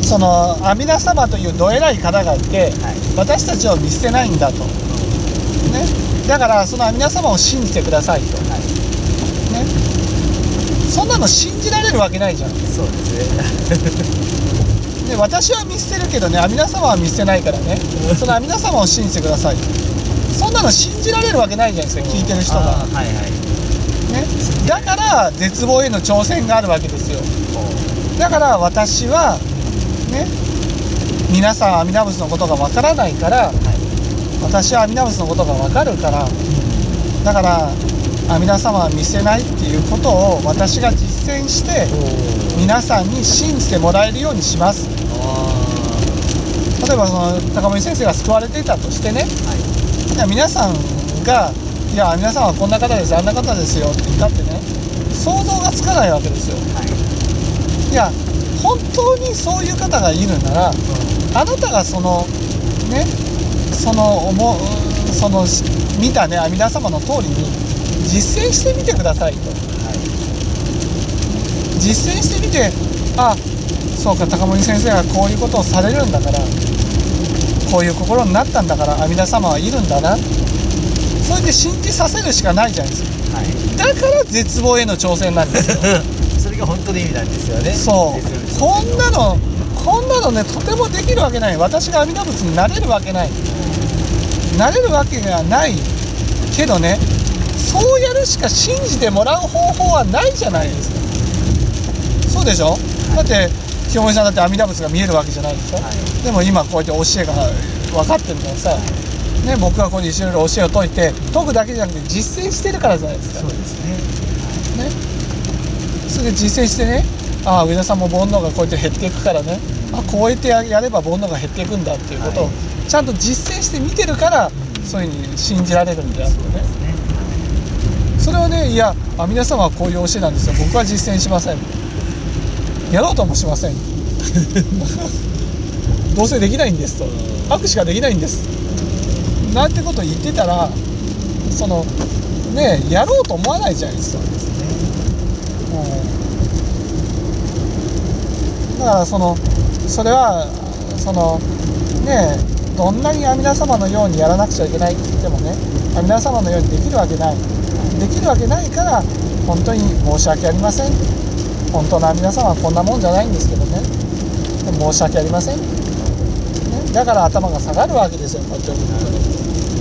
その阿弥陀様というどえらい方がいて、私たちを見捨てないんだと、ね、だからその阿弥陀様を信じてくださいと、ね、そんなの信じられるわけないじゃん。 そうですね。 で私は見捨てるけどね、阿弥陀様は見捨てないからね、その阿弥陀様を信じてください。そんなの信じられるわけないじゃないですか、聞いてる人が、ね、だから絶望への挑戦があるわけですよ。だから私はね、皆さん阿弥陀仏のことがわからないから、私は阿弥陀仏のことがわかるから、だから阿弥陀様は見捨てないっていうことを私が実践して皆さんに信じてもらえるようにします。例えばその高森先生が救われていたとしてね、いや皆さんがいや阿弥陀様はこんな方ですあんな方ですよって言ったってね、想像がつかないわけですよ。いや本当にそういう方がいるなら、あなたがそのね、その見たね阿弥陀様の通りに実践してみてくださいと、実践してみて、あ、そうか高森先生がこういうことをされるんだから、こういう心になったんだから阿弥陀様はいるんだな、それで信じさせるしかないじゃないですか、だから絶望への挑戦なんですよそれが本当の意味なんですよね。 そうこんなのねとてもできるわけない。私が阿弥陀仏になれるわけない、なれるわけがないけどね、そうやるしか信じてもらう方法はないじゃないですか。そうでしょ、だって清盛さんだって阿弥陀仏が見えるわけじゃないでしょ、でも今こうやって教えが分かってるのはさ、ね、僕がここに一緒に教えを説いて説くだけじゃなくて実践してるからじゃないですか。 そうですね。 それで実践してね、ああ上田さんも煩悩がこうやって減っていくからね、あこうやってやれば煩悩が減っていくんだっていうことをちゃんと実践して見てるから、そういうふうに信じられるんであってね、それはね、いや阿弥陀様はこういう教えなんですよ、僕は実践しません、やろうともしませんどうせできないんですと、悪しかできないんですなんてことを言ってたら、そのねやろうと思わないじゃないですか。だからそれはね、どんなに阿弥陀様のようにやらなくちゃいけないって言ってもね、阿弥陀様のようにできるわけない、できるわけないから本当に申し訳ありません、本当の阿弥陀様はこんなもんじゃないんですけどね、でも申し訳ありません、ね、だから頭が下がるわけですよ、こうやって思うとね。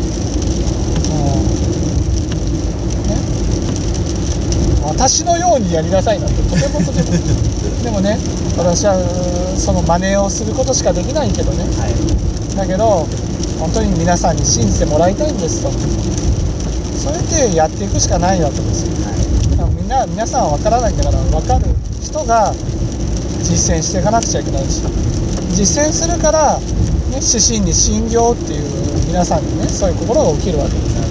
私のようにやりなさいなんてとてもでもね、私はその真似をすることしかできないけどね、だけど本当に皆さんに信じてもらいたいんですと、それでやっていくしかないわけですよ、皆さんは分からないんだから、分かる人が実践していかなくちゃいけないし、実践するから、ね、指針に信行っていう皆さんにね、そういう心が起きるわけです。